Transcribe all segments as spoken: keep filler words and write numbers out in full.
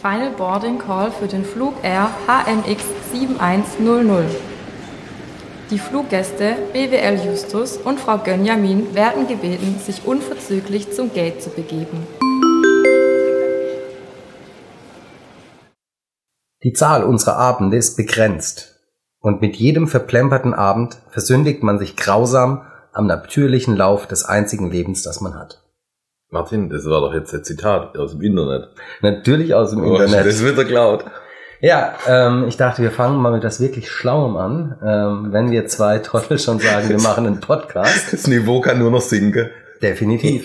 Final Boarding Call für den Flug Air H M X sieben eins null null. Die Fluggäste B W L Justus und Frau Gönjamin werden gebeten, sich unverzüglich zum Gate zu begeben. Die Zahl unserer Abende ist begrenzt und mit jedem verplemperten Abend versündigt man sich grausam am natürlichen Lauf des einzigen Lebens, das man hat. Martin, das war doch jetzt ein Zitat aus dem Internet. Natürlich aus dem oh, Internet. Das wird er geklaut. Ja, ähm, ich dachte, wir fangen mal mit das wirklich Schlauem an. Ähm, wenn wir zwei Trottel schon sagen, wir machen einen Podcast. Das Niveau kann nur noch sinken. Definitiv.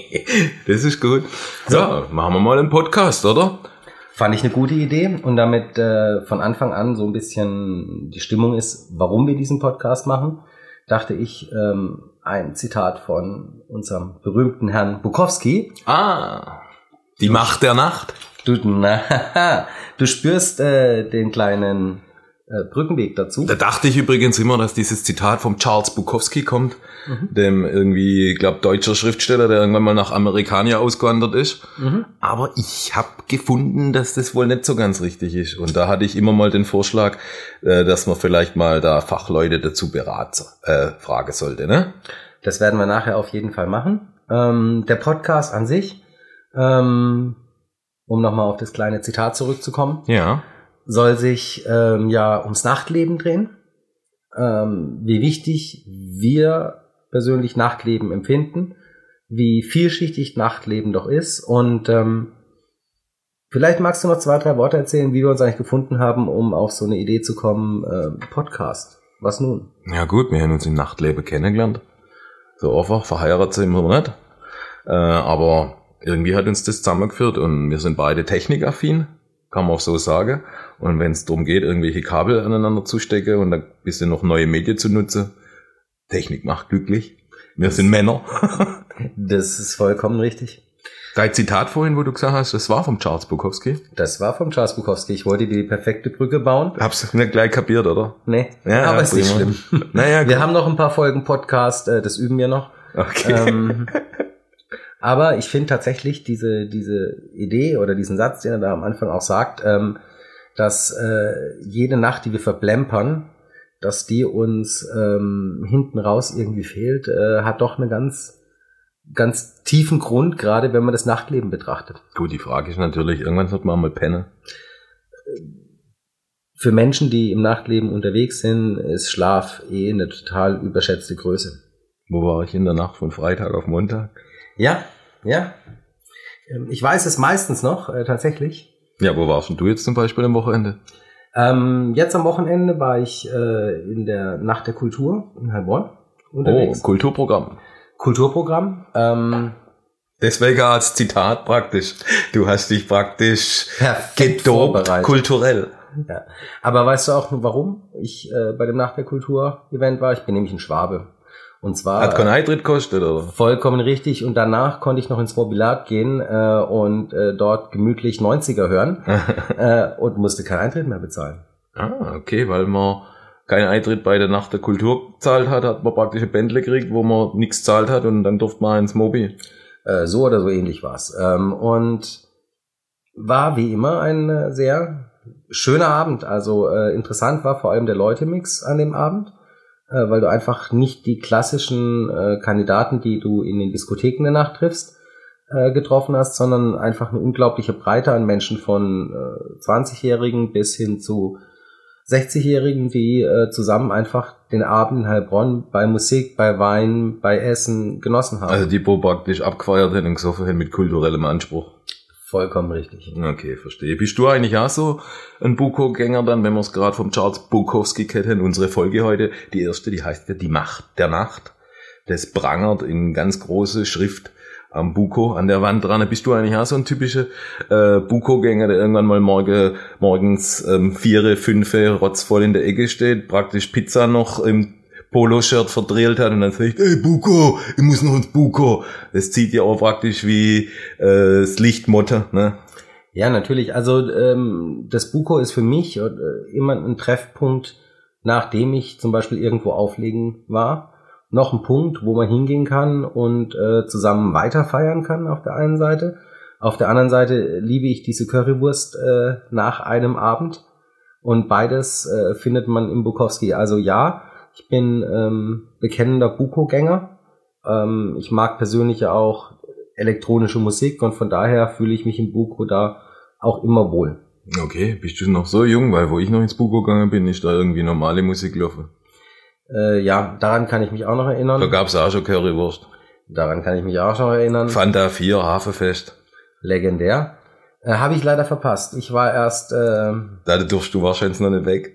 Das ist gut. So, ja, machen wir mal einen Podcast, oder? Fand ich eine gute Idee und damit äh, von Anfang an so ein bisschen die Stimmung ist, warum wir diesen Podcast machen, dachte ich, ähm, ein Zitat von unserem berühmten Herrn Bukowski. Ah, die Macht der Nacht. Du, na, du spürst äh, den kleinen äh, Brückenweg dazu. Da dachte ich übrigens immer, dass dieses Zitat vom Charles Bukowski kommt, mhm. dem irgendwie, ich glaube, deutscher Schriftsteller, der irgendwann mal nach Amerika ausgewandert ist. Mhm. Aber ich habe gefunden, dass das wohl nicht so ganz richtig ist. Und da hatte ich immer mal den Vorschlag, äh, dass man vielleicht mal da Fachleute dazu beraten, äh, fragen sollte, ne? Das werden wir nachher auf jeden Fall machen. Ähm, der Podcast an sich, ähm, um nochmal auf das kleine Zitat zurückzukommen, ja, soll sich ähm, ja ums Nachtleben drehen. Ähm, wie wichtig wir persönlich Nachtleben empfinden, wie vielschichtig Nachtleben doch ist. Und ähm, vielleicht magst du noch zwei, drei Worte erzählen, wie wir uns eigentlich gefunden haben, um auf so eine Idee zu kommen, äh, Podcast. Was nun? Ja gut, wir haben uns im Nachtleben kennengelernt. So einfach, verheiratet sind wir nicht. Äh, aber irgendwie hat uns das zusammengeführt und wir sind beide technikaffin, kann man auch so sagen. Und wenn es darum geht, irgendwelche Kabel aneinander zu stecken und ein bisschen noch neue Medien zu nutzen, Technik macht glücklich. Wir sind Männer. Das ist vollkommen richtig. Dein Zitat vorhin, wo du gesagt hast, das war vom Charles Bukowski? Das war vom Charles Bukowski. Ich wollte die perfekte Brücke bauen. Hab's nicht gleich kapiert, oder? Nee, ja, aber ja, ist nicht schlimm. Naja, wir haben noch ein paar Folgen Podcast, äh, das üben wir noch. Okay. Ähm, aber ich finde tatsächlich diese diese Idee oder diesen Satz, den er da am Anfang auch sagt, ähm, dass äh, jede Nacht, die wir verplempern, dass die uns ähm, hinten raus irgendwie fehlt, äh, hat doch eine ganz ganz tiefen Grund, gerade wenn man das Nachtleben betrachtet. Gut, die Frage ist natürlich, irgendwann sollte man mal pennen. Für Menschen, die im Nachtleben unterwegs sind, ist Schlaf eh eine total überschätzte Größe. Wo war ich in der Nacht von Freitag auf Montag? Ja, ja. Ich weiß es meistens noch, äh, tatsächlich. Ja, wo warst denn du jetzt zum Beispiel am Wochenende? Ähm, jetzt am Wochenende war ich äh, in der Nacht der Kultur in Heilbronn unterwegs. Oh, Kulturprogramm. Kulturprogramm. Ähm, Deswegen als Zitat praktisch. Du hast dich praktisch gedopt kulturell. Ja. Aber weißt du auch, warum ich äh, bei dem Nacht der Kultur-Event war? Ich bin nämlich ein Schwabe. Und zwar hat kein Eintritt gekostet, oder? Vollkommen richtig. Und danach konnte ich noch ins Mobilat gehen äh, und äh, dort gemütlich neunziger hören äh, und musste keinen Eintritt mehr bezahlen. Ah, okay, weil man keinen Eintritt bei der Nacht der Kultur gezahlt hat, hat man praktisch ein Bändle gekriegt, wo man nichts gezahlt hat und dann durfte man ins Mobi. Äh, so oder so ähnlich war's. Ähm, und war wie immer ein äh, sehr schöner Abend. Also äh, interessant war vor allem der Leutemix an dem Abend, äh, weil du einfach nicht die klassischen äh, Kandidaten, die du in den Diskotheken der Nacht triffst, äh, getroffen hast, sondern einfach eine unglaubliche Breite an Menschen von äh, zwanzigjährigen bis hin zu sechzigjährigen, die äh, zusammen einfach den Abend in Heilbronn bei Musik, bei Wein, bei Essen genossen haben. Also die wo praktisch abgefeiert haben und gesoffen haben mit kulturellem Anspruch. Vollkommen richtig. Okay, verstehe. Bist du eigentlich auch so ein Buko-Gänger dann, wenn wir es gerade vom Charles Bukowski kennen? Unsere Folge heute, die erste, die heißt ja Die Macht der Nacht. Das prangert in ganz große Schrift am Buko an der Wand dran. Bist du eigentlich auch so ein typischer äh, Buko-Gänger, der irgendwann mal morgen, morgens ähm, vier, fünf rotzvoll in der Ecke steht, praktisch Pizza noch im Poloshirt verdreht hat und dann sagt, ey Buko, ich muss noch ins Buko. Das zieht ja auch praktisch wie äh, das Lichtmotto, ne? Ja, natürlich. Also ähm, das Buko ist für mich äh, immer ein Treffpunkt, nachdem ich zum Beispiel irgendwo auflegen war. Noch ein Punkt, wo man hingehen kann und äh, zusammen weiter feiern kann auf der einen Seite. Auf der anderen Seite liebe ich diese Currywurst äh, nach einem Abend. Und beides äh, findet man im Bukowski. Also ja, ich bin ähm, bekennender Buko-Gänger. Ähm, ich mag persönlich ja auch elektronische Musik und von daher fühle ich mich im Buko da auch immer wohl. Okay, bist du noch so jung? Weil wo ich noch ins Buko gegangen bin, ist da irgendwie normale Musik gelaufen. Äh, ja, daran kann ich mich auch noch erinnern. Da gab's auch schon Currywurst. Daran kann ich mich auch noch erinnern. Fanta vier, Hafenfest. Legendär. Äh, Habe ich leider verpasst. Ich war erst... Äh, Da durfst du wahrscheinlich noch nicht weg.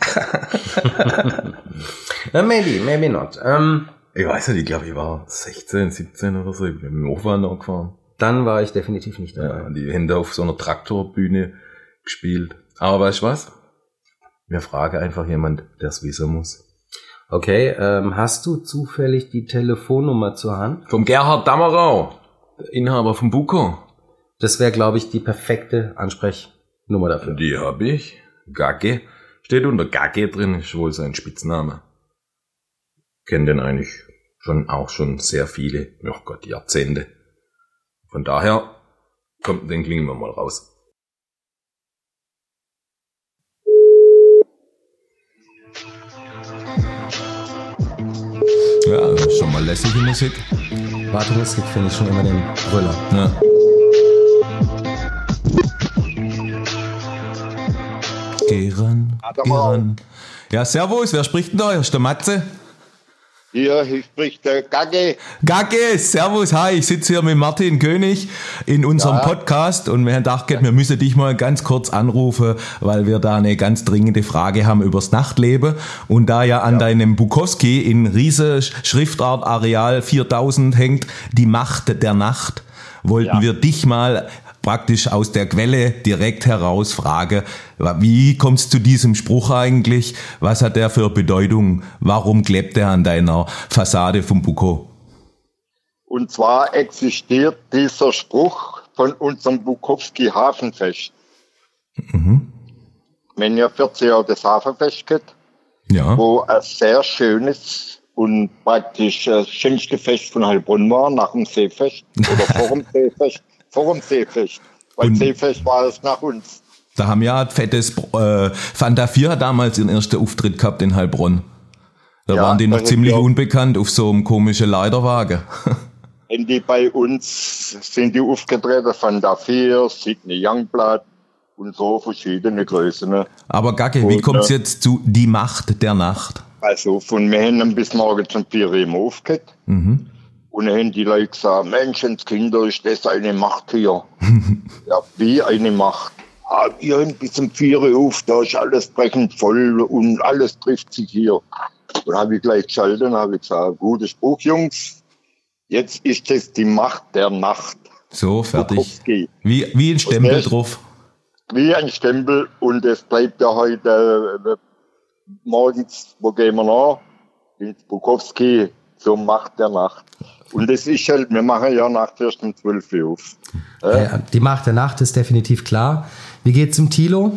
maybe, maybe not. Ähm, ich weiß nicht, ich glaube, ich war sechzehn, siebzehn oder so. Ich bin mit dem Aufwand gefahren. Dann war ich definitiv nicht dabei. Ja, die Hände auf so einer Traktorbühne gespielt. Aber weißt du was? Mir frage einfach jemand, der es wissen muss. Okay, ähm, hast du zufällig die Telefonnummer zur Hand? Vom Gerhard Dammerau, der Inhaber vom Buko. Das wäre, glaube ich, die perfekte Ansprechnummer dafür. Die habe ich. Gagge. Steht unter Gagge drin, ist wohl sein Spitzname. Kennen den eigentlich schon auch schon sehr viele, oh Gott, Jahrzehnte. Von daher, kommt, den klingen wir mal raus. Ja, schon mal lässige Musik. Wartemusik finde ich schon immer den Brüller. Ja. Geh ran, geh ran. Ja, servus, wer spricht denn da? Ist der Matze? Hier, hier spricht der Gagge. Gagge, servus, hi, ich sitze hier mit Martin König in unserem ja. Podcast und wir haben gedacht, wir müssen dich mal ganz kurz anrufen, weil wir da eine ganz dringende Frage haben übers Nachtleben und da ja an ja. deinem Bukowski in riese Schriftart Areal viertausend hängt, die Macht der Nacht, wollten ja. wir dich mal praktisch aus der Quelle direkt heraus frage, wie kommst du zu diesem Spruch eigentlich? Was hat der für Bedeutung? Warum klebt er an deiner Fassade vom Buko? Und zwar existiert dieser Spruch von unserem Bukowski Hafenfest. Mhm. Wenn ihr vierzig Jahre das Hafenfest geht, ja. wo ein sehr schönes und praktisch das schönste Fest von Heilbronn war, nach dem Seefest oder vor dem Seefest. Vor dem Seefest. Weil und Seefest war es nach uns. Da haben ja ein fettes äh, Fanta vier hat damals ihren ersten Auftritt gehabt in Heilbronn. Da ja, waren die noch ziemlich unbekannt auf so einem komischen Leiterwagen. Wenn die bei uns sind die aufgetreten, Fanta vier, Sydney Youngblood und so verschiedene Größen. Aber Gacke, wie kommt es jetzt zu Die Macht der Nacht? Also von mir hin bis morgen zum vier Uhr im aufgehört. Mhm. Und dann haben die Leute gesagt, Menschenskinder, ist das eine Macht hier? Ja, wie eine Macht? Ah, wir haben bis zum vier Uhr auf, da ist alles brechend voll und alles trifft sich hier. Und habe ich gleich geschaltet und habe gesagt, guter Spruch, Jungs, jetzt ist es die Macht der Nacht. So, fertig. Bukowski. Wie, wie ein Stempel das, drauf. Wie ein Stempel und es bleibt ja heute äh, morgens, wo gehen wir nach? Ins Bukowski zur Macht der Nacht. Und das ist halt, wir machen ja nachts erst um zwölf Uhr auf. Äh? Ja, die Macht der Nacht ist definitiv klar. Wie geht's dem Thilo?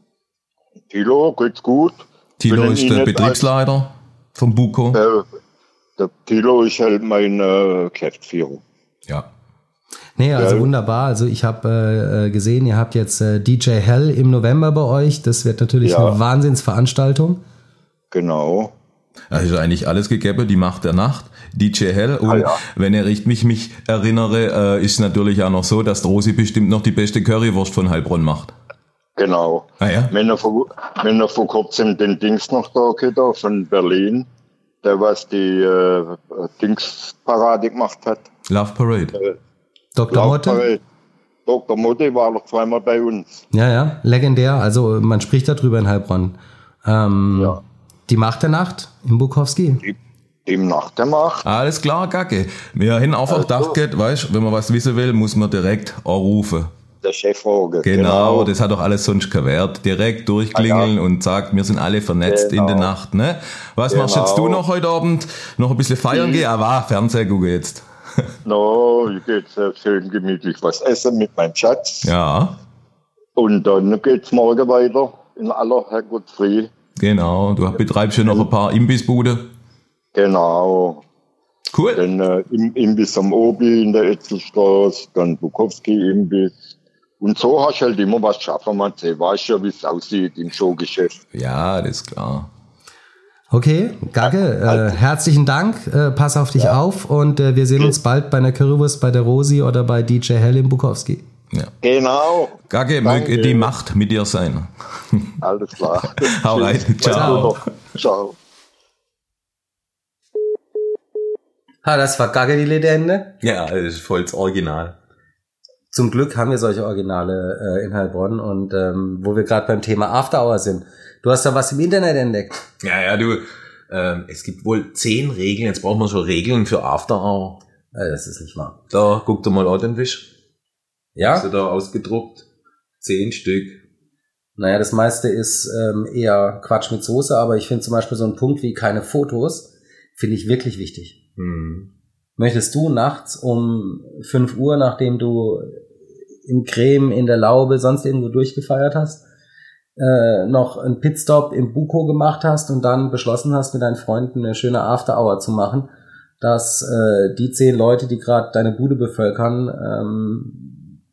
Thilo geht's gut. Thilo ist der Betriebsleiter als, vom Buko. Äh, der Thilo ist halt mein äh, Geschäftsführer. Ja. Nee, also ja. wunderbar. Also ich habe äh, gesehen, ihr habt jetzt äh, D J Hell im November bei euch. Das wird natürlich ja. eine Wahnsinnsveranstaltung. Genau. Da ist eigentlich alles gegeben, die Macht der Nacht, D J Hell. Und ah, ja. wenn ich mich, mich erinnere, äh, ist natürlich auch noch so, dass Rosi bestimmt noch die beste Currywurst von Heilbronn macht. Genau. Ah, ja? Wenn er vor, wenn er vor kurzem den Dings noch da geht, von Berlin, der was die äh, Dingsparade gemacht hat. Love Parade. Äh, Doktor Motte? Parade. Doktor Motte war noch zweimal bei uns. Ja, ja, legendär. Also man spricht darüber in Heilbronn. Ähm, ja. Die Macht der Nacht im Bukowski. Die, die Macht der Macht. Alles klar, Gacke. Wir haben einfach also. gedacht, geht, weißt, wenn man was wissen will, muss man direkt anrufen. Der Chef frage. Genau, genau, das hat doch alles sonst keinen Wert. Direkt durchklingeln ah, ja. und sagt, wir sind alle vernetzt genau. in der Nacht. Ne? Was genau. machst jetzt du noch heute Abend? Noch ein bisschen feiern ich. gehen? Ah, war Fernseher gucken jetzt. No, ich gehe jetzt schön gemütlich was essen mit meinem Schatz. Ja. Und dann geht's morgen weiter in aller Herrgottsfrüh. Genau, du betreibst ja noch ein paar Imbissbude. Genau. Cool. Dann äh, im Imbiss am Obi in der Etzelstraße, dann Bukowski-Imbiss. Und so hast du halt immer was schaffen, man weißt ja, wie es aussieht im Showgeschäft. Ja, das ist klar. Okay, Gagge, äh, herzlichen Dank, äh, pass auf dich ja. auf und äh, wir sehen uns bald bei einer Currywurst bei der Rosi oder bei D J Hell im Bukowski. Ja. Genau. Gagge, möge die Macht mit dir sein. Alles klar. Hau rein. Ciao. Ciao. Ha, das war Gagge, die Legende. Ja, das ist voll das Original. Zum Glück haben wir solche Originale äh, in Heilbronn und ähm, wo wir gerade beim Thema After Hour sind. Du hast da was im Internet entdeckt. Ja, ja, du, ähm, es gibt wohl zehn Regeln, jetzt braucht man schon Regeln für After Hour. Äh, das ist nicht wahr. Da, guck dir mal an den Wisch. Ja? Hast du da ausgedruckt? Zehn Stück. Naja, das meiste ist ähm, eher Quatsch mit Soße, aber ich finde zum Beispiel so einen Punkt wie keine Fotos, finde ich wirklich wichtig. Hm. Möchtest du nachts um fünf Uhr, nachdem du im Creme, in der Laube, sonst irgendwo durchgefeiert hast, äh, noch einen Pitstop im Buko gemacht hast und dann beschlossen hast, mit deinen Freunden eine schöne After-Hour zu machen, dass äh, die zehn Leute, die gerade deine Bude bevölkern, ähm,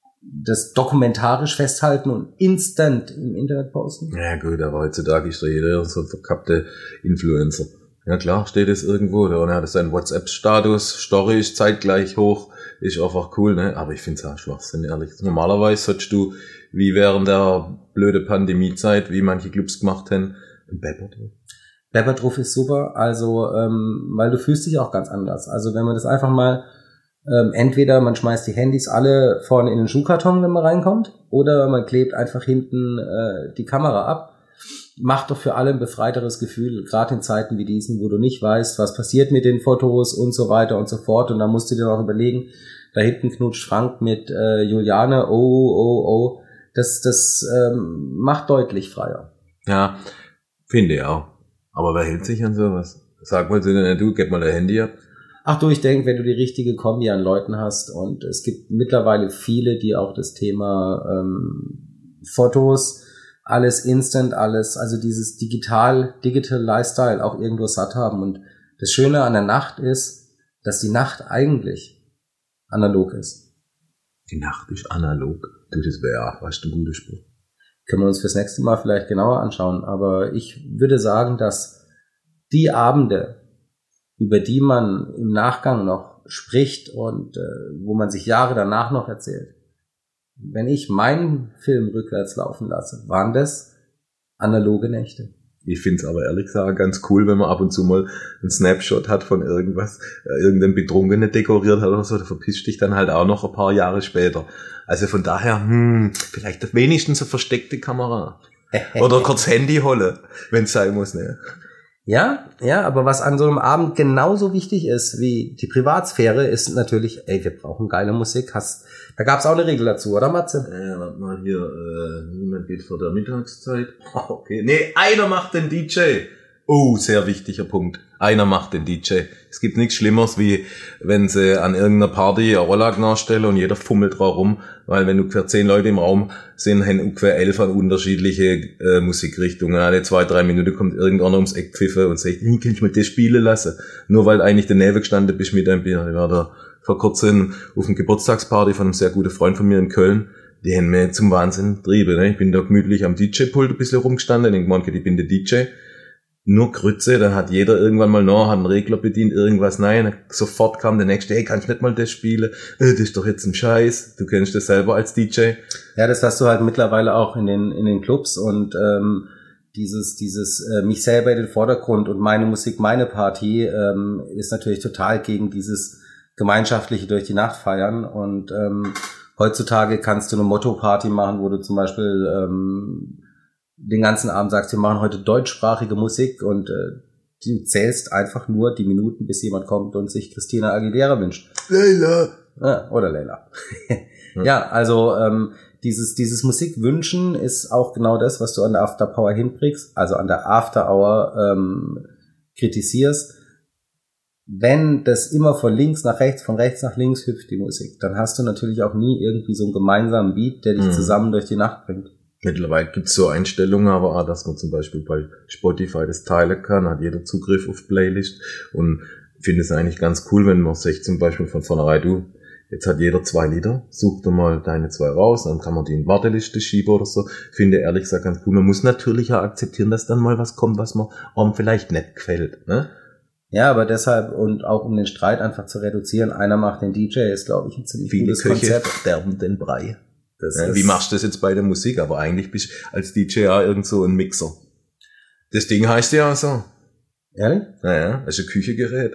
das dokumentarisch festhalten und instant im Internet posten? Ja gut, aber heutzutage ist doch jeder so ein verkappter Influencer. Ja klar, steht es irgendwo, oder hat es seinen WhatsApp-Status, Story ist zeitgleich hoch, ist einfach cool, ne? Aber ich finde es auch Schwachsinn, ehrlich. Normalerweise solltest du, wie während der blöde Pandemiezeit, wie manche Clubs gemacht haben, ein Bepper drauf. Bepper drauf ist super, also, ähm, weil du fühlst dich auch ganz anders. Also wenn man das einfach mal, ähm, entweder man schmeißt die Handys alle vorne in den Schuhkarton, wenn man reinkommt, oder man klebt einfach hinten äh, die Kamera ab. Macht doch für alle ein befreiteres Gefühl, gerade in Zeiten wie diesen, wo du nicht weißt, was passiert mit den Fotos und so weiter und so fort. Und da musst du dir auch überlegen, da hinten knutscht Frank mit äh, Juliane, oh, oh, oh. Das, das ähm, macht deutlich freier. Ja, finde ich auch. Aber wer hält sich an sowas? Sag mal, du, gib mal dein Handy ab. Ach du, ich denke, wenn du die richtige Kombi an Leuten hast, und es gibt mittlerweile viele, die auch das Thema ähm, Fotos, alles instant, alles, also dieses digital, digital Lifestyle auch irgendwo satt haben. Und das Schöne an der Nacht ist, dass die Nacht eigentlich analog ist. Die Nacht ist analog. Du, das wäre, weißt du, ein guter Spruch. Können wir uns fürs nächste Mal vielleicht genauer anschauen. Aber ich würde sagen, dass die Abende, über die man im Nachgang noch spricht und äh, wo man sich Jahre danach noch erzählt, wenn ich meinen Film rückwärts laufen lasse, waren das analoge Nächte. Ich find's aber ehrlich gesagt ganz cool, wenn man ab und zu mal einen Snapshot hat von irgendwas, äh, irgendein Betrunkene dekoriert hat oder so, da verpisst dich dann halt auch noch ein paar Jahre später. Also von daher, hm, vielleicht wenigstens eine versteckte Kamera. Oder kurz Handy holen, wenn's sein muss, ne? Ja, ja, aber was an so einem Abend genauso wichtig ist wie die Privatsphäre, ist natürlich, ey, wir brauchen geile Musik. Hast, da gab's auch eine Regel dazu, oder Matze? Äh, warte mal hier, äh, niemand geht vor der Mittagszeit. Oh, okay. Nee, einer macht den D J. Oh, sehr wichtiger Punkt. Einer macht den D J. Es gibt nichts Schlimmeres, wie wenn sie an irgendeiner Party eine Rolllag nachstellen und jeder fummelt drauf rum, weil wenn ungefähr zehn Leute im Raum sind, haben ungefähr elf an unterschiedliche äh, Musikrichtungen. Alle zwei, drei Minuten kommt irgendeiner ums Eck pfiffe und sagt, hm, kann ich mal das spielen lassen? Nur weil eigentlich daneben gestanden bist mit einem Bier. Ich war da vor kurzem auf einer Geburtstagsparty von einem sehr guten Freund von mir in Köln. Die haben mir zum Wahnsinn getrieben. Ne? Ich bin da gemütlich am D J-Pult ein bisschen rumgestanden. Ich denke, ich bin der D J. Nur Grütze, da hat jeder irgendwann mal noch, hat einen Regler bedient, irgendwas, nein, sofort kam der nächste, hey, kannst du nicht mal das spielen? Äh, das ist doch jetzt ein Scheiß, du kennst das selber als D J. Ja, das hast du halt mittlerweile auch in den in den Clubs und ähm, dieses dieses äh, mich selber in den Vordergrund und meine Musik, meine Party ähm, ist natürlich total gegen dieses gemeinschaftliche durch die Nacht feiern und ähm, heutzutage kannst du eine Motto-Party machen, wo du zum Beispiel ähm, den ganzen Abend sagst, wir machen heute deutschsprachige Musik und äh, du zählst einfach nur die Minuten, bis jemand kommt und sich Christina Aguilera wünscht. Leila! Ja, oder Leila. Ja, also ähm, dieses dieses Musikwünschen ist auch genau das, was du an der After Hour hinbringst, also an der After Hour ähm, kritisierst. Wenn das immer von links nach rechts, von rechts nach links hüpft, die Musik, dann hast du natürlich auch nie irgendwie so einen gemeinsamen Beat, der dich mhm. zusammen durch die Nacht bringt. Mittlerweile gibt's so Einstellungen, aber auch, dass man zum Beispiel bei Spotify das teilen kann, hat jeder Zugriff auf Playlist und finde es eigentlich ganz cool, wenn man sich zum Beispiel von vornherein, du, jetzt hat jeder zwei Lieder, such dir mal deine zwei raus, dann kann man die in Warteliste schieben oder so. Finde ehrlich gesagt ganz cool. Man muss natürlich auch akzeptieren, dass dann mal was kommt, was man einem vielleicht nicht gefällt, ne? Ja, aber deshalb und auch um den Streit einfach zu reduzieren, einer macht den D J, ist glaube ich ein ziemlich Viele gutes Köche Konzept. verderben den Brei. Das Ja, ist, wie machst du das jetzt bei der Musik? Aber eigentlich bist du als D J auch irgend so ein Mixer. Das Ding heißt ja auch so. Ehrlich? Naja, das ist ein Küchengerät.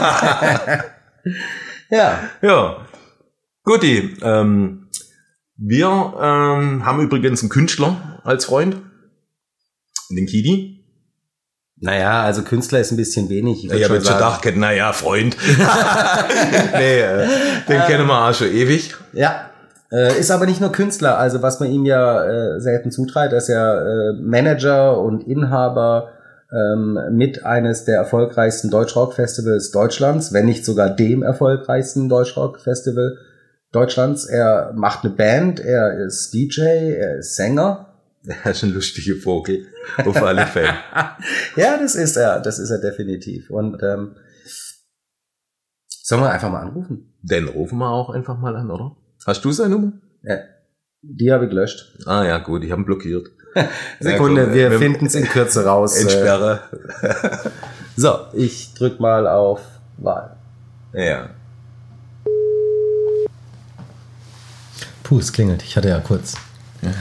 Ja. Ja. Guti, ähm, wir ähm, haben übrigens einen Künstler als Freund. Den Kidi. Naja, also Künstler ist ein bisschen wenig. Ich, ich habe jetzt schon gedacht, naja, Freund. nee, äh, den äh, kennen wir auch schon ewig. Ja, äh, ist aber nicht nur Künstler. Also was man ihm ja äh, selten zutreibt, dass er äh, Manager und Inhaber ähm, mit eines der erfolgreichsten Deutschrock-Festivals Deutschlands, wenn nicht sogar dem erfolgreichsten Deutschrock-Festival Deutschlands. Er macht eine Band, er ist D J, er ist Sänger. Er ist ein lustiger Vogel, auf alle Fälle. Ja, das ist er, das ist er definitiv. Und ähm, sollen wir einfach mal anrufen? Den rufen wir auch einfach mal an, oder? Hast du seine Nummer? Ja, die habe ich gelöscht. Ah ja, gut, ich habe ihn blockiert. Sekunde, ja, wir, wir finden es in Kürze raus. Entsperre. So, ich drück mal auf Wahl. Ja. Puh, es klingelt. Ich hatte ja kurz. Ja.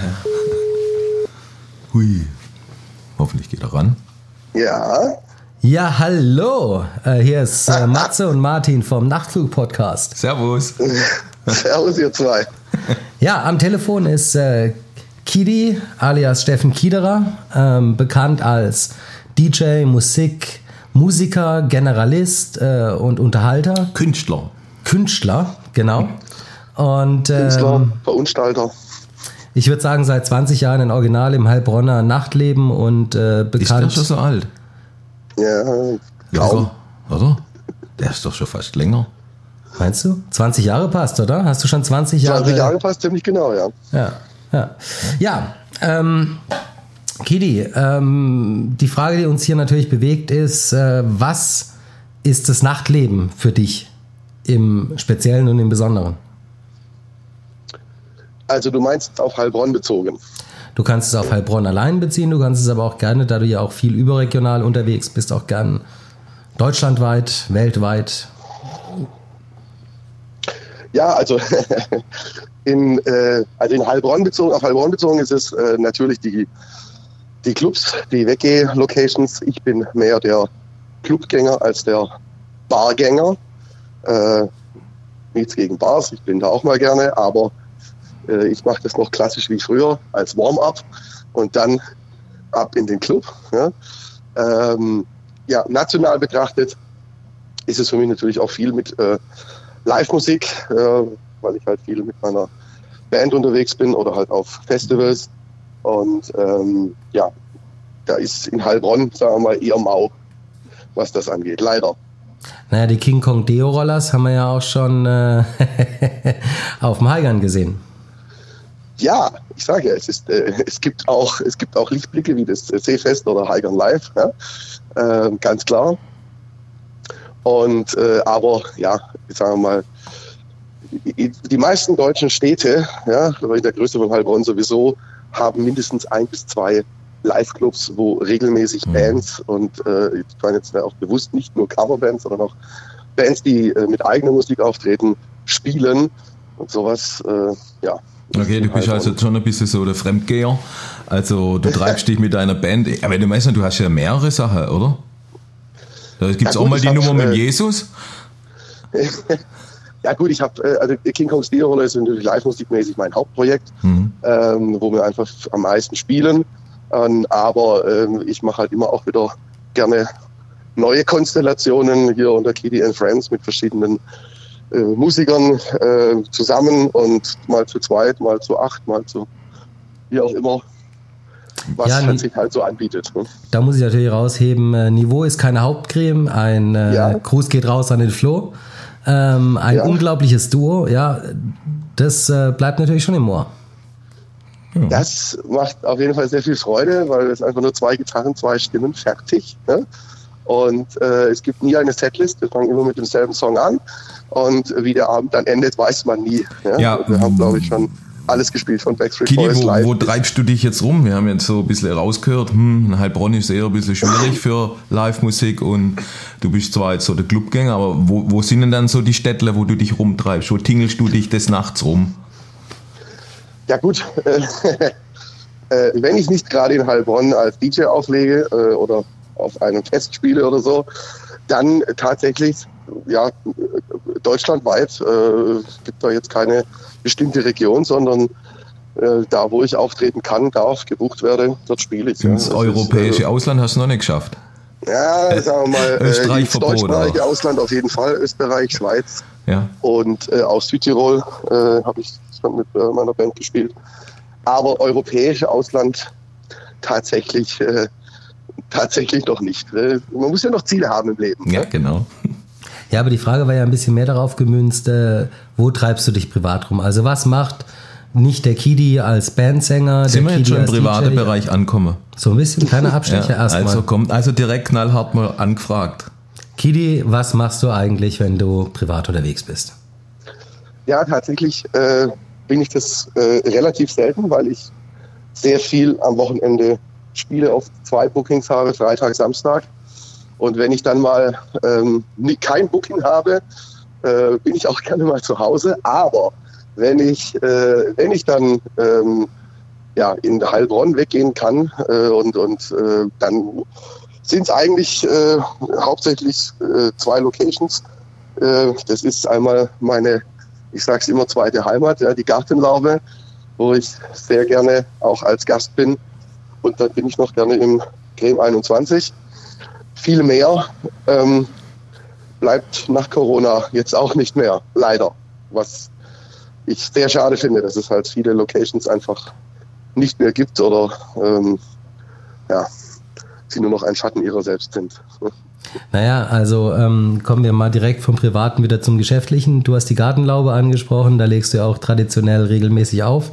Hui. Hoffentlich geht er ran. Ja. Ja, hallo. Äh, hier ist äh, Matze und Martin vom Nachtflug-Podcast. Servus. Servus, ihr zwei. Ja, am Telefon ist äh, Kidi alias Steffen Kiederer, ähm, bekannt als D J, Musik, Musiker, Generalist äh, und Unterhalter. Künstler. Künstler, genau. Und, ähm, Künstler, Verunstalter. Ich würde sagen, seit zwanzig Jahren ein Original im Heilbronner Nachtleben und äh, bekannt. Ist der schon so alt? Ja, kaum. Ja, oder? Der ist doch schon fast länger. Meinst du? zwanzig Jahre passt, oder? Hast du schon zwanzig Jahre? zwanzig Jahre passt ziemlich genau, ja. Ja, ja. Ja, ähm, Kidi, ähm, die Frage, die uns hier natürlich bewegt, ist, äh, was ist das Nachtleben für dich im Speziellen und im Besonderen? Also du meinst auf Heilbronn bezogen? Du kannst es auf Heilbronn allein beziehen, du kannst es aber auch gerne, da du ja auch viel überregional unterwegs bist, auch gern deutschlandweit, weltweit. Ja, also in, äh, also in Heilbronn bezogen, auf Heilbronn bezogen ist es äh, natürlich die, die Clubs, die Weggeh-Locations. Ich bin mehr der Clubgänger als der Bargänger. Äh, nichts gegen Bars, ich bin da auch mal gerne, aber ich mache das noch klassisch wie früher als Warm-up und dann ab in den Club. Ja. Ähm, ja, national betrachtet ist es für mich natürlich auch viel mit äh, Live-Musik, äh, weil ich halt viel mit meiner Band unterwegs bin oder halt auf Festivals. Und ähm, ja, da ist in Heilbronn, sagen wir mal, eher mau, was das angeht, leider. Naja, die King Kong Deo-Rollers haben wir ja auch schon äh, auf dem Heigern gesehen. Ja, ich sage ja, es ist, äh, es gibt auch, es gibt auch Lichtblicke wie das Seefest oder Heigern Live, ja? äh, ganz klar. Und äh, aber ja, ich sage mal, die, die meisten deutschen Städte, ja, in der Größe von Heilbronn sowieso, haben mindestens ein bis zwei Live-Clubs, wo regelmäßig mhm. Bands und äh, ich meine jetzt auch bewusst nicht nur Coverbands, sondern auch Bands, die äh, mit eigener Musik auftreten, spielen und sowas, äh, ja. Okay, du bist also schon ein bisschen so der Fremdgeher. Also du treibst dich mit deiner Band. Aber du weißt, du hast ja mehrere Sachen, oder? Da gibt es ja, auch mal die Nummer mit äh, Jesus. Ja gut, ich habe, äh, also King Kong Steelroller ist natürlich live-musikmäßig mein Hauptprojekt, mhm. ähm, wo wir einfach am meisten spielen. Ähm, aber ähm, ich mache halt immer auch wieder gerne neue Konstellationen hier unter Kidi and Friends mit verschiedenen Äh, Musikern äh, zusammen und mal zu zweit, mal zu acht, mal zu wie auch immer, was ja, halt sich halt so anbietet. Ne? Da muss ich natürlich rausheben, äh, Niveau ist keine Hauptcreme, ein äh, ja. Gruß geht raus an den Flo, ähm, ein ja. unglaubliches Duo, ja, das äh, bleibt natürlich schon im Ohr. Ja. Das macht auf jeden Fall sehr viel Freude, weil es einfach nur zwei Gitarren, zwei Stimmen, fertig. Ne? Und äh, es gibt nie eine Setlist, wir fangen immer mit demselben Song an und wie der Abend dann endet, weiß man nie. Ja? Ja. Wir haben, glaube ich, schon alles gespielt von Backstreet Kili, Boys wo, live. wo treibst du dich jetzt rum? Wir haben jetzt so ein bisschen rausgehört, hm, Heilbronn ist eher ein bisschen schwierig für Live-Musik und du bist zwar jetzt so der Clubgänger, aber wo, wo sind denn dann so die Städte, wo du dich rumtreibst? Wo tingelst du dich des Nachts rum? Ja gut, äh, äh, wenn ich nicht gerade in Heilbronn als D J auflege äh, oder auf einem Fest spiele oder so, dann tatsächlich ja deutschlandweit. Äh, gibt da jetzt keine bestimmte Region, sondern äh, da, wo ich auftreten kann, darf, gebucht werde, dort spiele ich. Ins ja. europäische ist, äh, Ausland hast du noch nicht geschafft? Ja, sagen wir mal, Österreich äh, ins Verbot, deutschsprachige oder? Ausland auf jeden Fall, Österreich, Schweiz Ja. und äh, aus Südtirol äh, habe ich schon mit äh, meiner Band gespielt. Aber europäische Ausland tatsächlich äh, tatsächlich noch nicht. Äh, man muss ja noch Ziele haben im Leben. Ja, ne? genau. Ja, aber die Frage war ja ein bisschen mehr darauf gemünzt, äh, wo treibst du dich privat rum? Also was macht nicht der Kidi als Bandsänger, Sind der wir jetzt Kidi schon im als privaten D J? Bereich ankommen? So ein bisschen, kleiner Abstecher Ja, erstmal. also kommt, also direkt knallhart mal angefragt. Kidi, was machst du eigentlich, wenn du privat unterwegs bist? Ja, tatsächlich äh, bin ich das äh, relativ selten, weil ich sehr viel am Wochenende spiele, oft zwei Bookings habe, Freitag, Samstag. Und wenn ich dann mal ähm, nie, kein Booking habe, äh, bin ich auch gerne mal zu Hause. Aber wenn ich, äh, wenn ich dann ähm, ja, in Heilbronn weggehen kann äh, und, und äh, dann sind es eigentlich äh, hauptsächlich äh, zwei Locations. Äh, das ist einmal meine, ich sage es immer, zweite Heimat, ja, die Gartenlaube, wo ich sehr gerne auch als Gast bin. Und dann bin ich noch gerne im Creme einundzwanzig. Viel mehr ähm, bleibt nach Corona jetzt auch nicht mehr, leider. Was ich sehr schade finde, dass es halt viele Locations einfach nicht mehr gibt oder ähm, ja, sie nur noch ein Schatten ihrer selbst sind. Naja, also ähm, kommen wir mal direkt vom Privaten wieder zum Geschäftlichen. Du hast die Gartenlaube angesprochen, da legst du ja auch traditionell regelmäßig auf.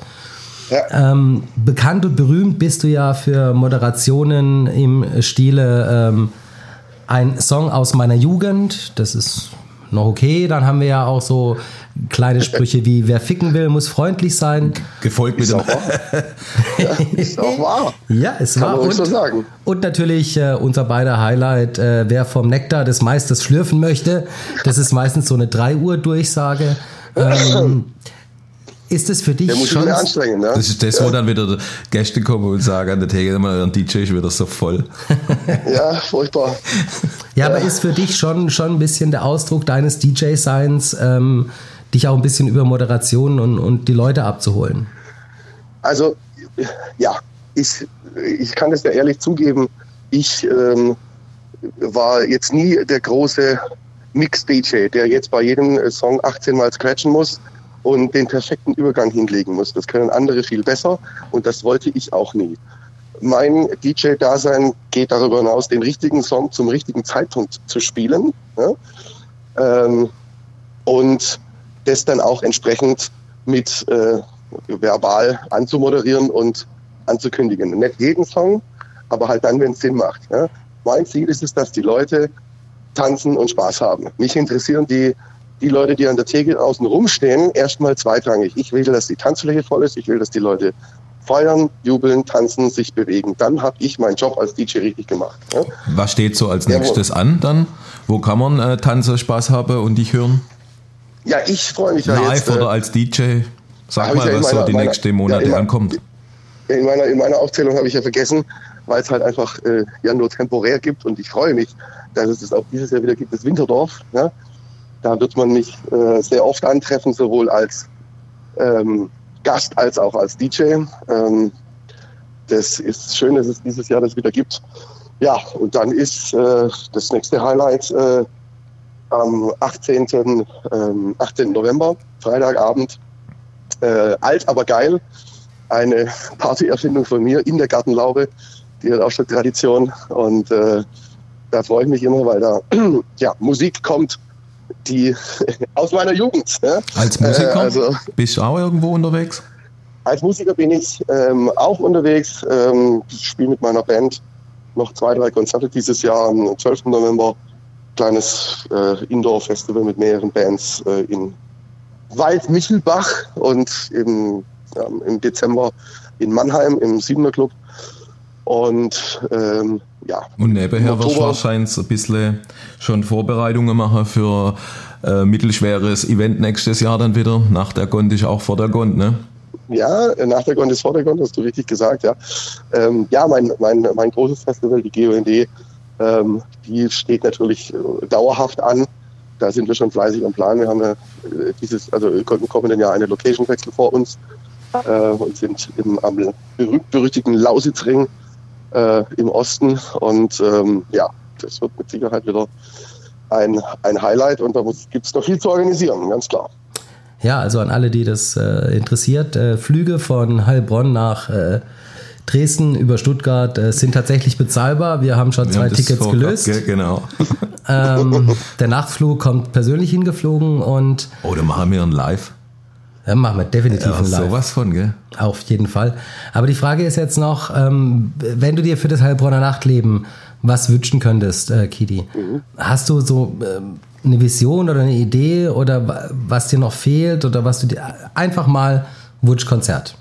Ja. Ähm, bekannt und berühmt bist du ja für Moderationen im Stile ähm, ein Song aus meiner Jugend, das ist noch okay. Dann haben wir ja auch so kleine Sprüche wie, wer ficken will, muss freundlich sein. Gefolgt mit Ist dem... auch wahr. Ja, ist auch wahr. Ja, es Kann war. man Und, ruhig so sagen. und natürlich äh, unser beider Highlight, äh, wer vom Nektar des Meisters schlürfen möchte. Das ist meistens so eine drei Uhr Durchsage. Ähm, ist es für dich Der muss sich schon... mehr anstrengen, ne? Das ist das, wo dann wieder Gäste kommen und sagen, an der Theke, euer D J ist wieder so voll. Ja, furchtbar. Ja, aber ist für dich schon, schon ein bisschen der Ausdruck deines D J-Seins, ähm, dich auch ein bisschen über Moderation und, und die Leute abzuholen? Also, ja, ich, ich kann das ja ehrlich zugeben, ich ähm, war jetzt nie der große Mix-D J, der jetzt bei jedem Song achtzehn Mal scratchen muss und den perfekten Übergang hinlegen muss. Das können andere viel besser und das wollte ich auch nie. Mein D J-Dasein geht darüber hinaus, den richtigen Song zum richtigen Zeitpunkt zu spielen, ja? ähm, und das dann auch entsprechend mit äh, verbal anzumoderieren und anzukündigen. Nicht jeden Song, aber halt dann, wenn es Sinn macht. Ja? Mein Ziel ist es, dass die Leute tanzen und Spaß haben. Mich interessieren die, die Leute, die an der Theke außen rumstehen, erstmal zweitrangig. Ich will, dass die Tanzfläche voll ist. Ich will, dass die Leute feiern, jubeln, tanzen, sich bewegen. Dann habe ich meinen Job als D J richtig gemacht. Ja? Was steht so als Ja, nächstes an dann? Wo kann man äh, tanzen, Spaß haben und dich hören? Ja, ich freue mich ja Live jetzt. oder Äh, als D J? Sag hab ich mal, ja in was so meiner- die meiner- nächsten Monate ja, immer- ankommt. in meiner, in meiner Aufzählung habe ich ja vergessen, weil es halt einfach äh, ja nur temporär gibt und ich freue mich, dass es das auch dieses Jahr wieder gibt, das Winterdorf. Ja? Da wird man mich äh, sehr oft antreffen, sowohl als ähm, Gast als auch als D J. Ähm, das ist schön, dass es dieses Jahr das wieder gibt. Ja, und dann ist äh, das nächste Highlight äh, am achtzehnten Ähm, achtzehnten November, Freitagabend, äh, alt, aber geil. Eine Partyerfindung von mir in der Gartenlaube. Die hat auch schon Tradition. Und äh, da freue ich mich immer, weil da ja, Musik kommt, die aus meiner Jugend. Ja? Als Musiker? Äh, also, Bist du auch irgendwo unterwegs? als Musiker bin ich ähm, auch unterwegs. Ähm, ich spiele mit meiner Band noch zwei, drei Konzerte dieses Jahr. Am zwölften November kleines äh, Indoor-Festival mit mehreren Bands äh, in Wald-Michelbach und im, ja, im Dezember in Mannheim im Siebener Club. Und ähm, ja. Und nebenher wirst du wahrscheinlich ein bisschen schon Vorbereitungen machen für äh, mittelschweres Event nächstes Jahr dann wieder. Nach der Gond ist auch vor der Gond, ne? Ja, nach der Gond ist vor der Gond, hast du richtig gesagt, ja. Ähm, ja, mein, mein, mein großes Festival, die G O N D, ähm, die steht natürlich äh, dauerhaft an. Da sind wir schon fleißig am Plan. Wir haben ja äh, dieses, also im kommenden Jahr eine Location-Wechsel vor uns äh, und sind im, am berühmt-berüchtigten Lausitzring äh, im Osten. Und ähm, ja, das wird mit Sicherheit wieder ein, ein Highlight und da gibt es noch viel zu organisieren, ganz klar. Ja, also an alle, die das äh, interessiert, äh, Flüge von Heilbronn nach äh, Dresden über Stuttgart äh, sind tatsächlich bezahlbar. Wir haben schon wir zwei haben Tickets gelöst. Ge- genau. ähm, der Nachtflug kommt persönlich hingeflogen und... Oh, dann machen wir ein Live. Ja, machen wir definitiv ja, ein Live. Sowas von, gell? Auf jeden Fall. Aber die Frage ist jetzt noch, ähm, wenn du dir für das Heilbronner Nachtleben was wünschen könntest, äh, Kidi, mhm. hast du so... Ähm, eine Vision oder eine Idee oder was dir noch fehlt oder was du dir einfach mal Wunschkonzert?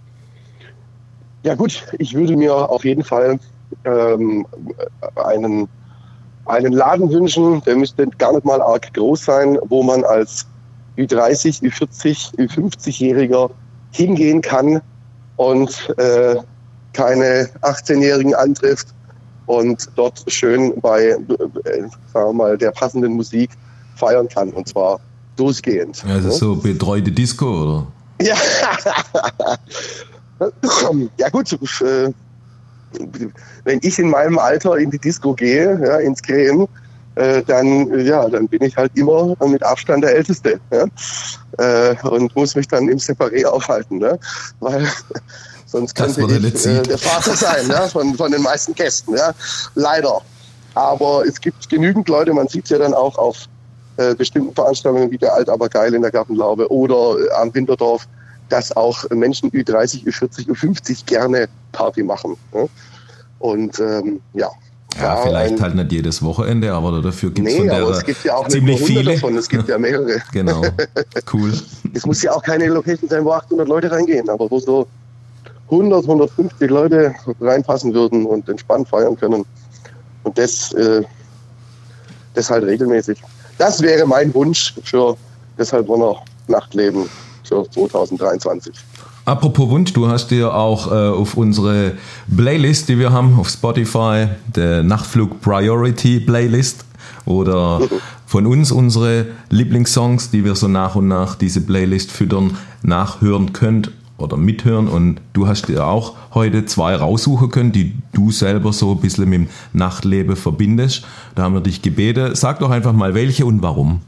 Ja gut, ich würde mir auf jeden Fall ähm, einen, einen Laden wünschen, der müsste gar nicht mal arg groß sein, wo man als Ü dreißig, Ü vierzig, Ü fünfzig-Jähriger hingehen kann und äh, keine achtzehnjährigen antrifft und dort schön bei, äh, sagen wir mal, der passenden Musik feiern kann, und zwar durchgehend. Ja, das ist so betreute Disco, oder? Ja, ja gut, äh, wenn ich in meinem Alter in die Disco gehe, ja, ins Creme, äh, dann, ja, dann bin ich halt immer mit Abstand der Älteste, ja, äh, und muss mich dann im Separé aufhalten, ne? Weil sonst könnte ich äh, der Vater sein, ja, von, von den meisten Gästen, ja, leider. Aber es gibt genügend Leute, man sieht es ja dann auch auf äh, bestimmten Veranstaltungen wie der Alt aber geil in der Gartenlaube oder äh, am Winterdorf, dass auch Menschen Ü dreißig, Ü vierzig, Ü fünfzig gerne Party machen. Ja? Und ähm, ja. Ja, vielleicht ein, halt nicht jedes Wochenende, aber dafür gibt es nee, von der aber es gibt ja auch ziemlich nicht nur viele davon, es gibt ja mehrere. Genau, cool. Es muss ja auch keine Location sein, wo achthundert Leute reingehen, aber wo so hundert, hundertfünfzig Leute reinpassen würden und entspannt feiern können. Und das, äh, das halt regelmäßig. Das wäre mein Wunsch für das Heilbronner Nachtleben für zwanzig dreiundzwanzig. Apropos Wunsch, du hast dir auch äh, auf unsere Playlist, die wir haben auf Spotify, der Nachtflug Priority Playlist oder von uns unsere Lieblingssongs, die wir so nach und nach diese Playlist füttern, nachhören könnt oder mithören. Und du hast dir auch heute zwei raussuchen können, die du selber so ein bisschen mit dem Nachtleben verbindest. Da haben wir dich gebeten. Sag doch einfach mal, welche und warum.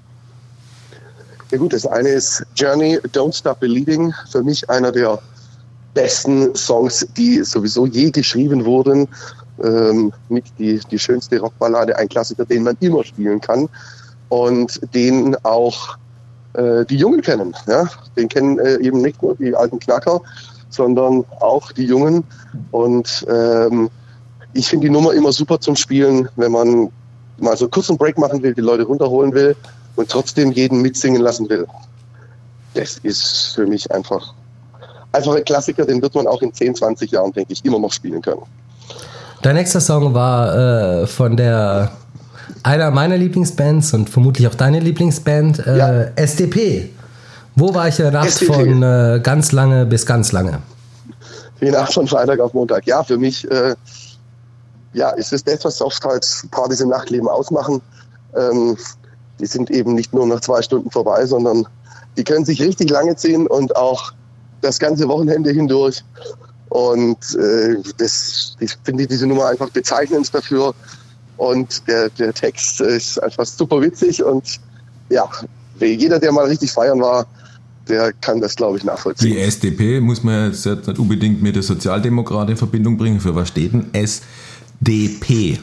Ja gut, das eine ist Journey, Don't Stop Believing. Für mich einer der besten Songs, die sowieso je geschrieben wurden. Ähm, mit die, die schönste Rockballade, ein Klassiker, den man immer spielen kann. Und den auch äh, die Jungen kennen. Ja? Den kennen äh, eben nicht nur die alten Knacker, sondern auch die Jungen. Und ähm, ich finde die Nummer immer super zum Spielen, wenn man mal so kurz einen Break machen will, die Leute runterholen will und trotzdem jeden mitsingen lassen will. Das ist für mich einfach, einfach ein Klassiker, den wird man auch in zehn, zwanzig Jahren, denke ich, immer noch spielen können. Dein nächster Song war äh, von der einer meiner Lieblingsbands und vermutlich auch deine Lieblingsband, äh, ja. S D P. Wo war ich in der Nacht S D P. Von äh, ganz lange bis ganz lange? Die Nacht von Freitag auf Montag. Ja, für mich äh, ja, ist es das, was oft halt Partys im Nachtleben ausmachen. Ähm, die sind eben nicht nur nach zwei Stunden vorbei, sondern die können sich richtig lange ziehen und auch das ganze Wochenende hindurch. Und äh, das, ich finde diese Nummer einfach bezeichnend dafür. Und der, der Text ist einfach super witzig. Und ja, jeder, der mal richtig feiern war, der kann das, glaube ich, nachvollziehen. Die S D P muss man jetzt nicht unbedingt mit der Sozialdemokraten in Verbindung bringen. Für was steht denn S D P?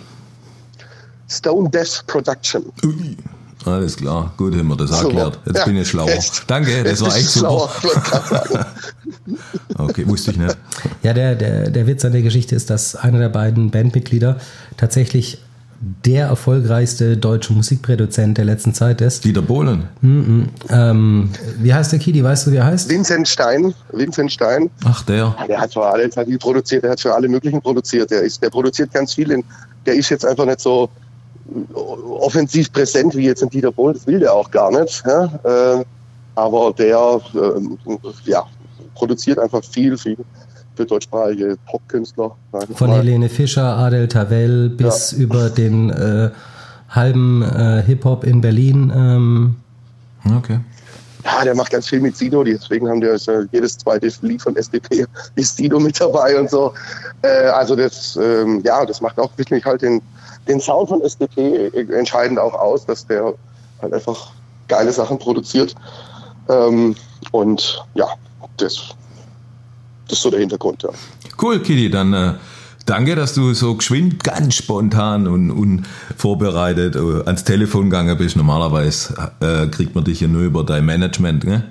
Stone Death Production. Ui. Alles klar, gut, haben wir das auch erklärt. Jetzt ja, bin ich schlauer. Echt? Danke, das war echt super. Schlauer, Okay, wusste ich nicht. Ja, der, der, der Witz an der Geschichte ist, dass einer der beiden Bandmitglieder tatsächlich der erfolgreichste deutsche Musikproduzent der letzten Zeit ist. Dieter Bohlen. Mm-mm. Ähm, wie heißt der Kidi? Weißt du, wie er heißt? Vincent Stein. Vincent Stein. Ach, der. Der hat für alle T V produziert, der hat für alle möglichen produziert. Der, ist, der produziert ganz viel. In, der ist jetzt einfach nicht so offensiv präsent wie jetzt ein Dieter Bohlen. Das will der auch gar nicht. Ja? Äh, aber der äh, ja, produziert einfach viel, viel für deutschsprachige Popkünstler. Von Helene Fischer, Adel Tawil bis ja. über den äh, halben äh, Hip-Hop in Berlin. Ähm. Okay. Ja, der macht ganz viel mit Sido, deswegen haben die also jedes zweite Lied von S D P ist Sido mit dabei und so. Äh, also das, ähm, ja, das macht auch wirklich halt den, den Sound von S D P entscheidend auch aus, dass der halt einfach geile Sachen produziert. Ähm, und ja, das Das ist so der Hintergrund, ja. Cool, Kidi, dann äh, danke, dass du so geschwind, ganz spontan und unvorbereitet äh, ans Telefon gegangen bist. Normalerweise äh, kriegt man dich ja nur über dein Management, ne?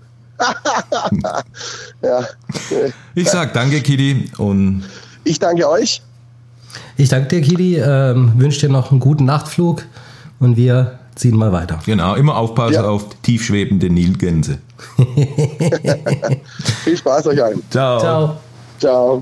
Ja. Ich sag danke, Kidi, und ich danke euch. Ich danke dir, Kidi, ähm, wünsche dir noch einen guten Nachtflug und wir ziehen mal weiter. Genau, immer aufpassen ja. auf tiefschwebende Nilgänse. Viel Spaß euch allen. Ciao. Ciao. Ciao.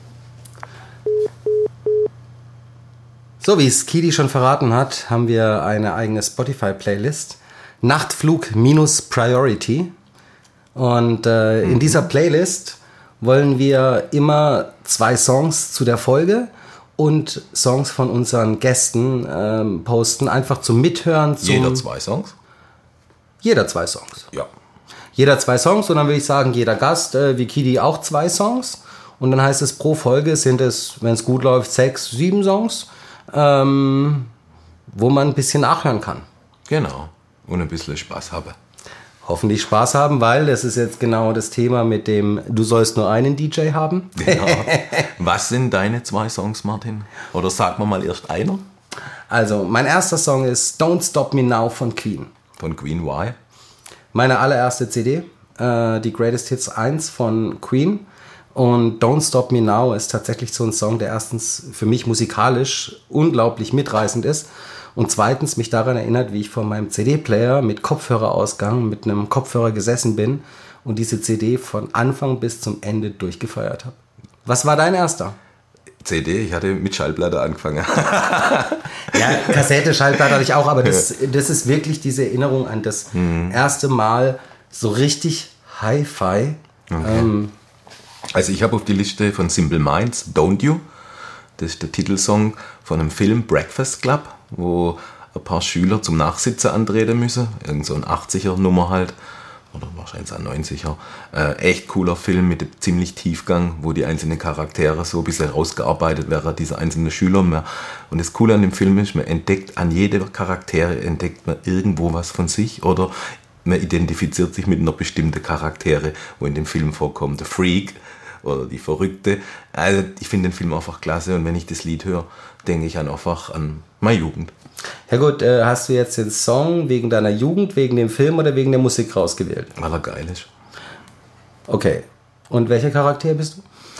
So, wie es Kidi schon verraten hat, haben wir eine eigene Spotify-Playlist. Nachtflug minus Priority. Und äh, in dieser Playlist wollen wir immer zwei Songs zu der Folge und Songs von unseren Gästen ähm, posten, einfach zum Mithören. Zum Jeder zwei Songs? Jeder zwei Songs. Ja. Jeder zwei Songs und dann würde ich sagen, jeder Gast, äh, wie Kidi, auch zwei Songs. Und dann heißt es, pro Folge sind es, wenn es gut läuft, sechs, sieben Songs, ähm, wo man ein bisschen nachhören kann. Genau. Und ein bisschen Spaß haben. Hoffentlich Spaß haben, weil das ist jetzt genau das Thema mit dem, du sollst nur einen D J haben. Genau. Was sind deine zwei Songs, Martin? Oder sag mal mal erst einer. Also, mein erster Song ist Don't Stop Me Now von Queen. Von Queen, why? Meine allererste C D, äh, die Greatest Hits eins von Queen. Und Don't Stop Me Now ist tatsächlich so ein Song, der erstens für mich musikalisch unglaublich mitreißend ist. Und zweitens mich daran erinnert, wie ich vor meinem C D-Player mit Kopfhörerausgang, mit einem Kopfhörer gesessen bin und diese C D von Anfang bis zum Ende durchgefeiert habe. Was war dein erster? C D, ich hatte mit Schallplatte angefangen. Ja, Kassette, Schallplatte hatte ich auch, aber das, das ist wirklich diese Erinnerung an das mhm. erste Mal so richtig Hi-Fi. Okay. Ähm, also ich habe auf die Liste von Simple Minds Don't You. Das ist der Titelsong von einem Film Breakfast Club, wo ein paar Schüler zum Nachsitzen antreten müssen. Irgend so ein achtziger-Nummer halt. Oder wahrscheinlich ein neunziger. Äh, echt cooler Film mit ziemlich Tiefgang, wo die einzelnen Charaktere so ein bisschen rausgearbeitet werden, diese einzelnen Schüler mehr. Und das Coole an dem Film ist, man entdeckt, an jeder Charaktere entdeckt man irgendwo was von sich oder man identifiziert sich mit einer bestimmten Charaktere, wo in dem Film vorkommt. Der Freak oder die Verrückte. Also ich finde den Film einfach klasse und wenn ich das Lied höre, denke ich einfach an meine Jugend. Ja gut, äh, hast du jetzt den Song wegen deiner Jugend, wegen dem Film oder wegen der Musik rausgewählt? Weil er geil ist. Okay. Und welcher Charakter bist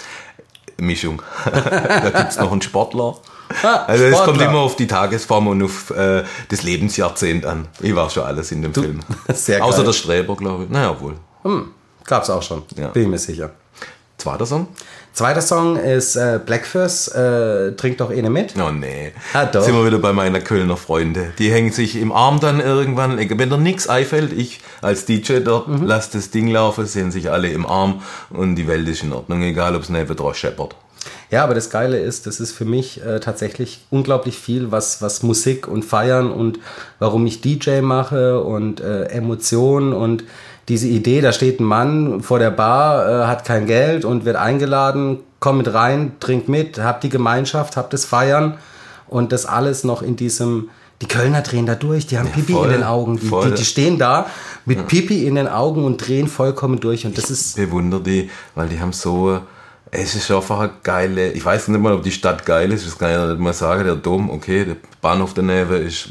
du? Mischung. Da gibt es noch einen Sportler. Ah, also es Sportler. kommt immer auf die Tagesform und auf äh, das Lebensjahrzehnt an. Ich war schon alles in dem Du, Film. sehr geil. Außer der Streber, glaube ich. Naja, wohl. Hm, gab's auch schon, Ja. bin ich mir sicher. Zweiter Song? Zweiter Song ist äh, Blackfist, äh, Trink doch eine mit. Oh nee. Ah, doch. Sind wir wieder bei meiner Kölner Freunde. Die hängen sich im Arm dann irgendwann. Wenn da nichts einfällt, ich als D J dort mhm. lasse das Ding laufen, sehen sich alle im Arm und die Welt ist in Ordnung, egal ob es neben drauf scheppert. Ja, aber das Geile ist, das ist für mich äh, tatsächlich unglaublich viel, was, was Musik und Feiern und warum ich D J mache und äh, Emotionen und diese Idee, da steht ein Mann vor der Bar, äh, hat kein Geld und wird eingeladen, komm mit rein, trink mit, hab die Gemeinschaft, hab das Feiern und das alles noch in diesem, die Kölner drehen da durch, die haben Ja, Pipi voll, in den Augen, die, die, die stehen da mit ja. Pipi in den Augen und drehen vollkommen durch und das ich ist... bewundere die, weil die haben so, es ist einfach eine geile, ich weiß nicht mal, ob die Stadt geil ist, das kann ich nicht mal sagen, der Dom, okay, der Bahnhof daneben ist,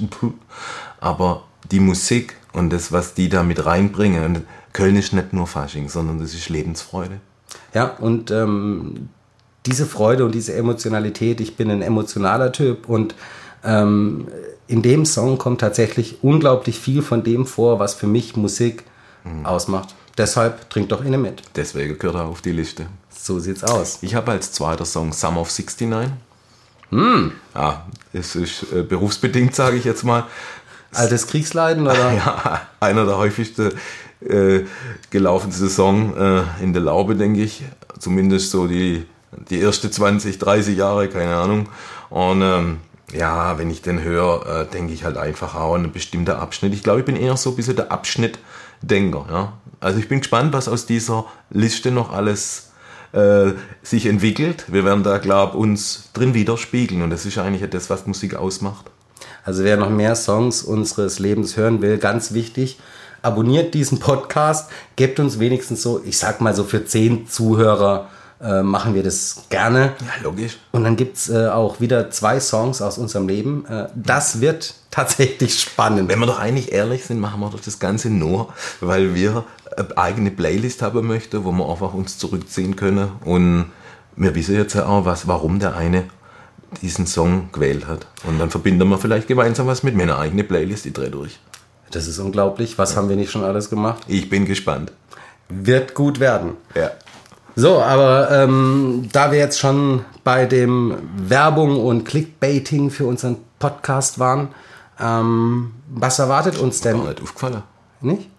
aber die Musik und das, was die da mit reinbringen, und Köln ist nicht nur Fasching, sondern das ist Lebensfreude. Ja, und ähm, diese Freude und diese Emotionalität, ich bin ein emotionaler Typ und ähm, in dem Song kommt tatsächlich unglaublich viel von dem vor, was für mich Musik mhm. ausmacht. Deshalb trinkt doch inne mit. Deswegen gehört er auf die Liste. So sieht's aus. Ich habe als zweiter Song Summer of sixty-nine. Hm. Ja, es ist äh, berufsbedingt, sage ich jetzt mal. Altes Kriegsleiden, oder? Ja, einer der häufigsten äh, gelaufensten Song äh, in der Laube, denke ich. Zumindest so die, die erste zwanzig, dreißig Jahre, keine Ahnung. Und ähm, ja, wenn ich den höre, äh, denke ich halt einfach auch an einen bestimmten Abschnitt. Ich glaube, ich bin eher so ein bisschen der Abschnittdenker. Ja? Also ich bin gespannt, was aus dieser Liste noch alles äh, sich entwickelt. Wir werden da, glaube ich, uns drin widerspiegeln. Und das ist eigentlich das, was Musik ausmacht. Also wer noch mehr Songs unseres Lebens hören will, ganz wichtig, abonniert diesen Podcast, gebt uns wenigstens so, ich sag mal so für zehn Zuhörer, äh, machen wir das gerne. Ja, logisch. Und dann gibt's äh, auch wieder zwei Songs aus unserem Leben. Äh, das wird tatsächlich spannend. Wenn wir doch eigentlich ehrlich sind, machen wir doch das Ganze nur, weil wir eine eigene Playlist haben möchten, wo wir einfach uns zurückziehen können. Und wir wissen jetzt ja auch, was, warum der eine diesen Song gewählt hat. Und dann verbinden wir vielleicht gemeinsam was mit meiner eigenen Playlist, die drehe durch. Das ist unglaublich. Was ja. haben wir nicht schon alles gemacht? Ich bin gespannt. Wird gut werden. Ja. So, aber ähm, da wir jetzt schon bei dem Werbung und Clickbaiting für unseren Podcast waren, ähm, was erwartet uns denn? Gar nicht aufgefallen. Nicht?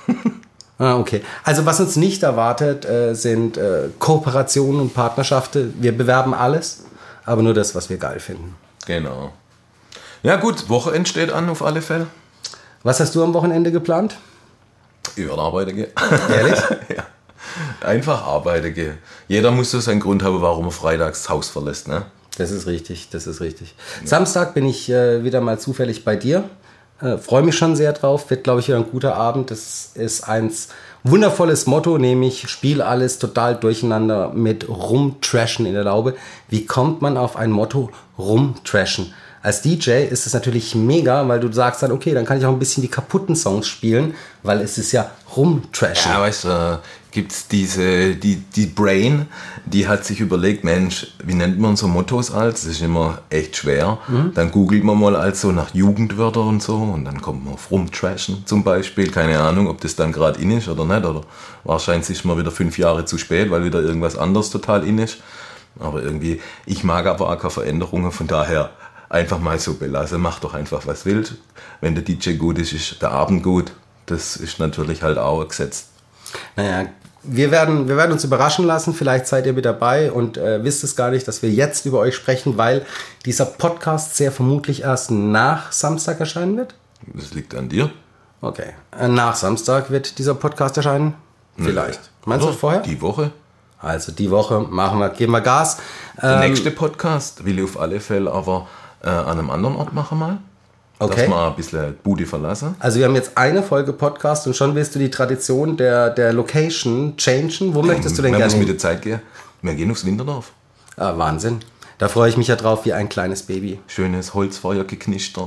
Ah, okay. Also was uns nicht erwartet, äh, sind äh, Kooperationen und Partnerschaften. Wir bewerben alles, aber nur das, was wir geil finden. Genau. Ja gut, Wochenende steht an auf alle Fälle. Was hast du am Wochenende geplant? Überarbeiten gehen. Ehrlich? Ja. Einfach arbeiten gehen. Jeder muss so seinen Grund haben, warum er freitags das Haus verlässt, ne? Das ist richtig, das ist richtig. Ja. Samstag bin ich äh, wieder mal zufällig bei dir. Äh, Freue mich schon sehr drauf. Wird, glaube ich, wieder ein guter Abend. Das ist ein wundervolles Motto, nämlich Spiel alles total durcheinander mit Rumtrashen in der Laube. Wie kommt man auf ein Motto Rumtrashen? Als D J ist es natürlich mega, weil du sagst dann, okay, dann kann ich auch ein bisschen die kaputten Songs spielen, weil es ist ja Rumtrashen. Ja, weißt du, äh, gibt's diese, die, die Brain, die hat sich überlegt, Mensch, wie nennt man so Mottos als? Das ist immer echt schwer. Mhm. Dann googelt man mal als so nach Jugendwörter und so und dann kommt man auf Rumtrashen zum Beispiel. Keine Ahnung, ob das dann gerade in ist oder nicht. Oder wahrscheinlich ist man wieder fünf Jahre zu spät, weil wieder irgendwas anderes total in ist. Aber irgendwie, ich mag aber auch keine Veränderungen, von daher einfach mal so belassen. Mach doch einfach, was willst. Wenn der D J gut ist, ist der Abend gut. Das ist natürlich halt auch gesetzt. Naja, wir werden, wir werden uns überraschen lassen. Vielleicht seid ihr mit dabei und äh, wisst es gar nicht, dass wir jetzt über euch sprechen, weil dieser Podcast sehr vermutlich erst nach Samstag erscheinen wird. Das liegt an dir. Okay. Äh, nach Samstag wird dieser Podcast erscheinen? Vielleicht. Nee. Meinst du vorher? Die Woche. Also die Woche machen wir, geben wir Gas. Der Ähm, nächste Podcast will ich auf alle Fälle aber äh, an einem anderen Ort machen mal. Okay. Dass wir ein bisschen die Bude verlassen. Also wir haben jetzt eine Folge Podcast und schon willst du die Tradition der, der Location changen. Wo möchtest du denn Wenn gerne wir mit hin? der Zeit gehen. Wir gehen aufs Winterdorf. Ah, Wahnsinn. Da freue ich mich ja drauf wie ein kleines Baby. Schönes Holzfeuer geknister.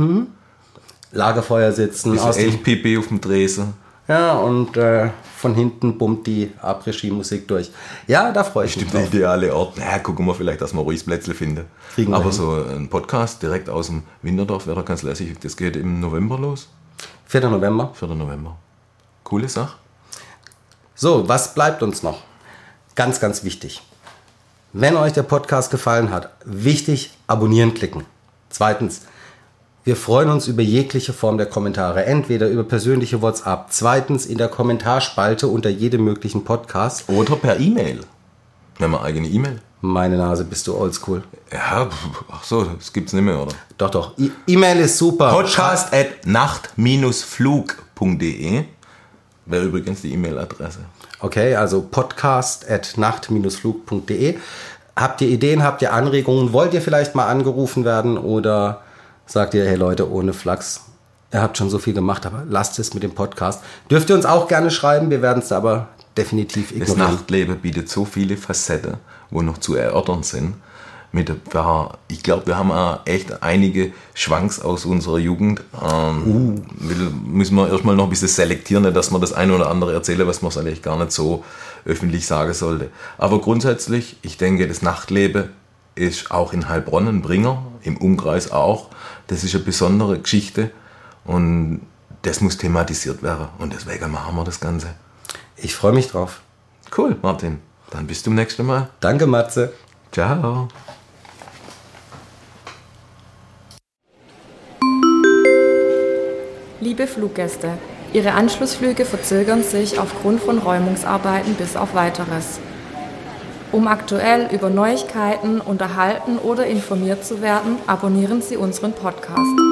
Lagerfeuer sitzen. Aus Bisschen dem, Elf-Pipi auf dem Dresen. ja, und äh, von hinten bummt die Après-Ski-Musik durch. Ja, da freue ich mich Bestimmt der drauf. ideale Ort. Na, gucken wir vielleicht, dass wir ruhig Plätzle finden. Kriegen wir Aber hin. so ein Podcast direkt aus dem Winterdorf wäre doch ganz lässig. Das geht im November los. vierter November. vierter November. Coole Sache. So, was bleibt uns noch? Ganz, ganz wichtig. Wenn euch der Podcast gefallen hat, wichtig, abonnieren klicken. Zweitens, wir freuen uns über jegliche Form der Kommentare, entweder über persönliche WhatsApp, zweitens in der Kommentarspalte unter jedem möglichen Podcast. Oder per E-Mail. Wir haben eine eigene E-Mail. Meine Nase, bist du oldschool. Ja, pf, ach so, das gibt's nicht mehr, oder? Doch, doch. E- E-Mail ist super. Podcast at nacht flug punkt de wäre übrigens die E-Mail-Adresse. Okay, also podcast at nacht flug punkt de. Habt ihr Ideen, habt ihr Anregungen? Wollt ihr vielleicht mal angerufen werden oder sagt ihr, hey Leute, ohne Flachs, ihr habt schon so viel gemacht, aber lasst es mit dem Podcast. Dürft ihr uns auch gerne schreiben, wir werden es aber definitiv Das ignorieren. Nachtleben bietet so viele Facetten, wo noch zu erörtern sind. mit ein paar, ich glaube, wir haben auch echt einige Schwanks aus unserer Jugend. Ähm, uh. Müssen wir erstmal noch ein bisschen selektieren, dass man das eine oder andere erzählen, was man eigentlich gar nicht so öffentlich sagen sollte. Aber grundsätzlich, ich denke, das Nachtleben ist auch in Heilbronn ein Bringer, im Umkreis auch. Das ist eine besondere Geschichte und das muss thematisiert werden und deswegen machen wir das Ganze. Ich freue mich drauf. Cool, Martin. Dann bis zum nächsten Mal. Danke, Matze. Ciao. Liebe Fluggäste, Ihre Anschlussflüge verzögern sich aufgrund von Räumungsarbeiten bis auf Weiteres. Um aktuell über Neuigkeiten unterhalten oder informiert zu werden, abonnieren Sie unseren Podcast.